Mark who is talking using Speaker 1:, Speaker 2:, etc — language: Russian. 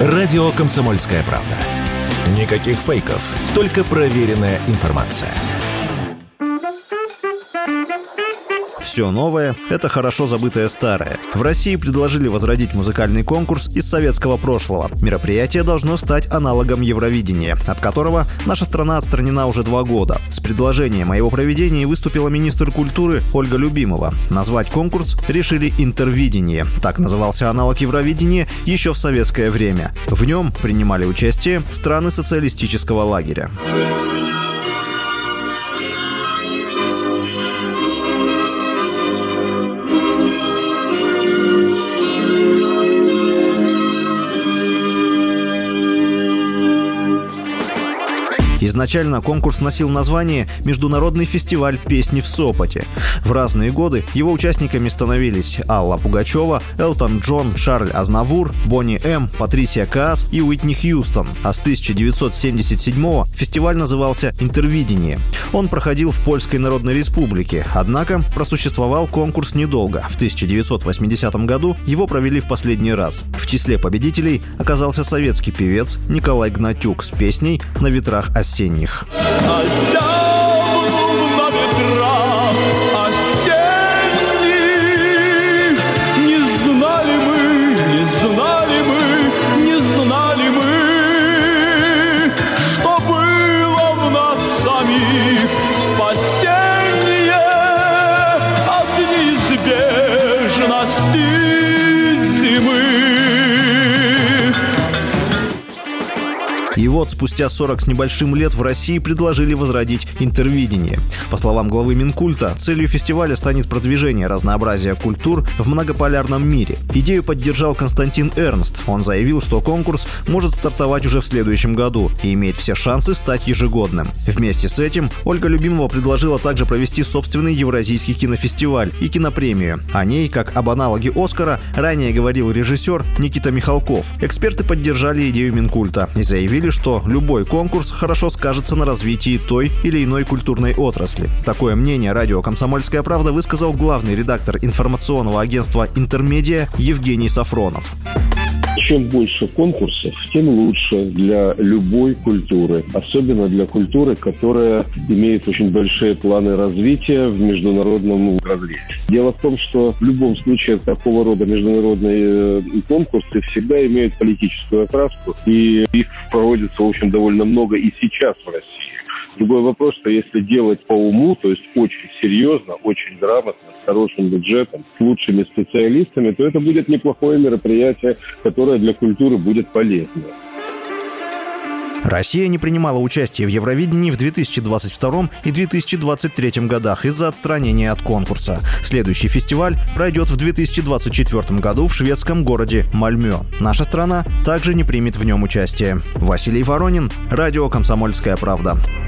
Speaker 1: Радио «Комсомольская правда». Никаких фейков, только проверенная информация.
Speaker 2: Все новое – это хорошо забытое старое. В России предложили возродить музыкальный конкурс из советского прошлого. Мероприятие должно стать аналогом Евровидения, от которого наша страна отстранена уже 2 года. С предложением о его проведении выступила министр культуры Ольга Любимова. Назвать конкурс решили «Интервидение». Так назывался аналог Евровидения еще в советское время. В нем принимали участие страны социалистического лагеря. Изначально конкурс носил название «Международный фестиваль песни в Сопоте». В разные годы его участниками становились Алла Пугачева, Элтон Джон, Шарль Азнавур, Бонни М, Патрисия Каас и Уитни Хьюстон. А с 1977-го фестиваль назывался «Интервидение». Он проходил в Польской Народной Республике, однако просуществовал конкурс недолго. В 1980 году его провели в последний раз. В числе победителей оказался советский певец Николай Гнатюк с песней «На ветрах осенних». И вот спустя 40 с небольшим лет в России предложили возродить интервидение. По словам главы Минкульта, целью фестиваля станет продвижение разнообразия культур в многополярном мире. Идею поддержал Константин Эрнст. Он заявил, что конкурс может стартовать уже в следующем году и имеет все шансы стать ежегодным. Вместе с этим Ольга Любимова предложила также провести собственный Евразийский кинофестиваль и кинопремию. О ней, как об аналоге «Оскара», ранее говорил режиссер Никита Михалков. Эксперты поддержали идею Минкульта и заявили, что любой конкурс хорошо скажется на развитии той или иной культурной отрасли. Такое мнение радио «Комсомольская правда» высказал главный редактор информационного агентства «Интермедиа» Евгений Сафронов.
Speaker 3: Чем больше конкурсов, тем лучше для любой культуры. Особенно для культуры, которая имеет очень большие планы развития в международном разрезе. Дело в том, что в любом случае такого рода международные конкурсы всегда имеют политическую окраску. И их проводится, в общем, довольно много и сейчас в России. Другой вопрос, что если делать по уму, то есть очень серьезно, очень грамотно, с хорошим бюджетом, с лучшими специалистами, то это будет неплохое мероприятие, которое для культуры будет полезно.
Speaker 2: Россия не принимала участие в Евровидении в 2022 и 2023 годах из-за отстранения от конкурса. Следующий фестиваль пройдет в 2024 году в шведском городе Мальмё. Наша страна также не примет в нем участие. Василий Воронин, радио «Комсомольская правда».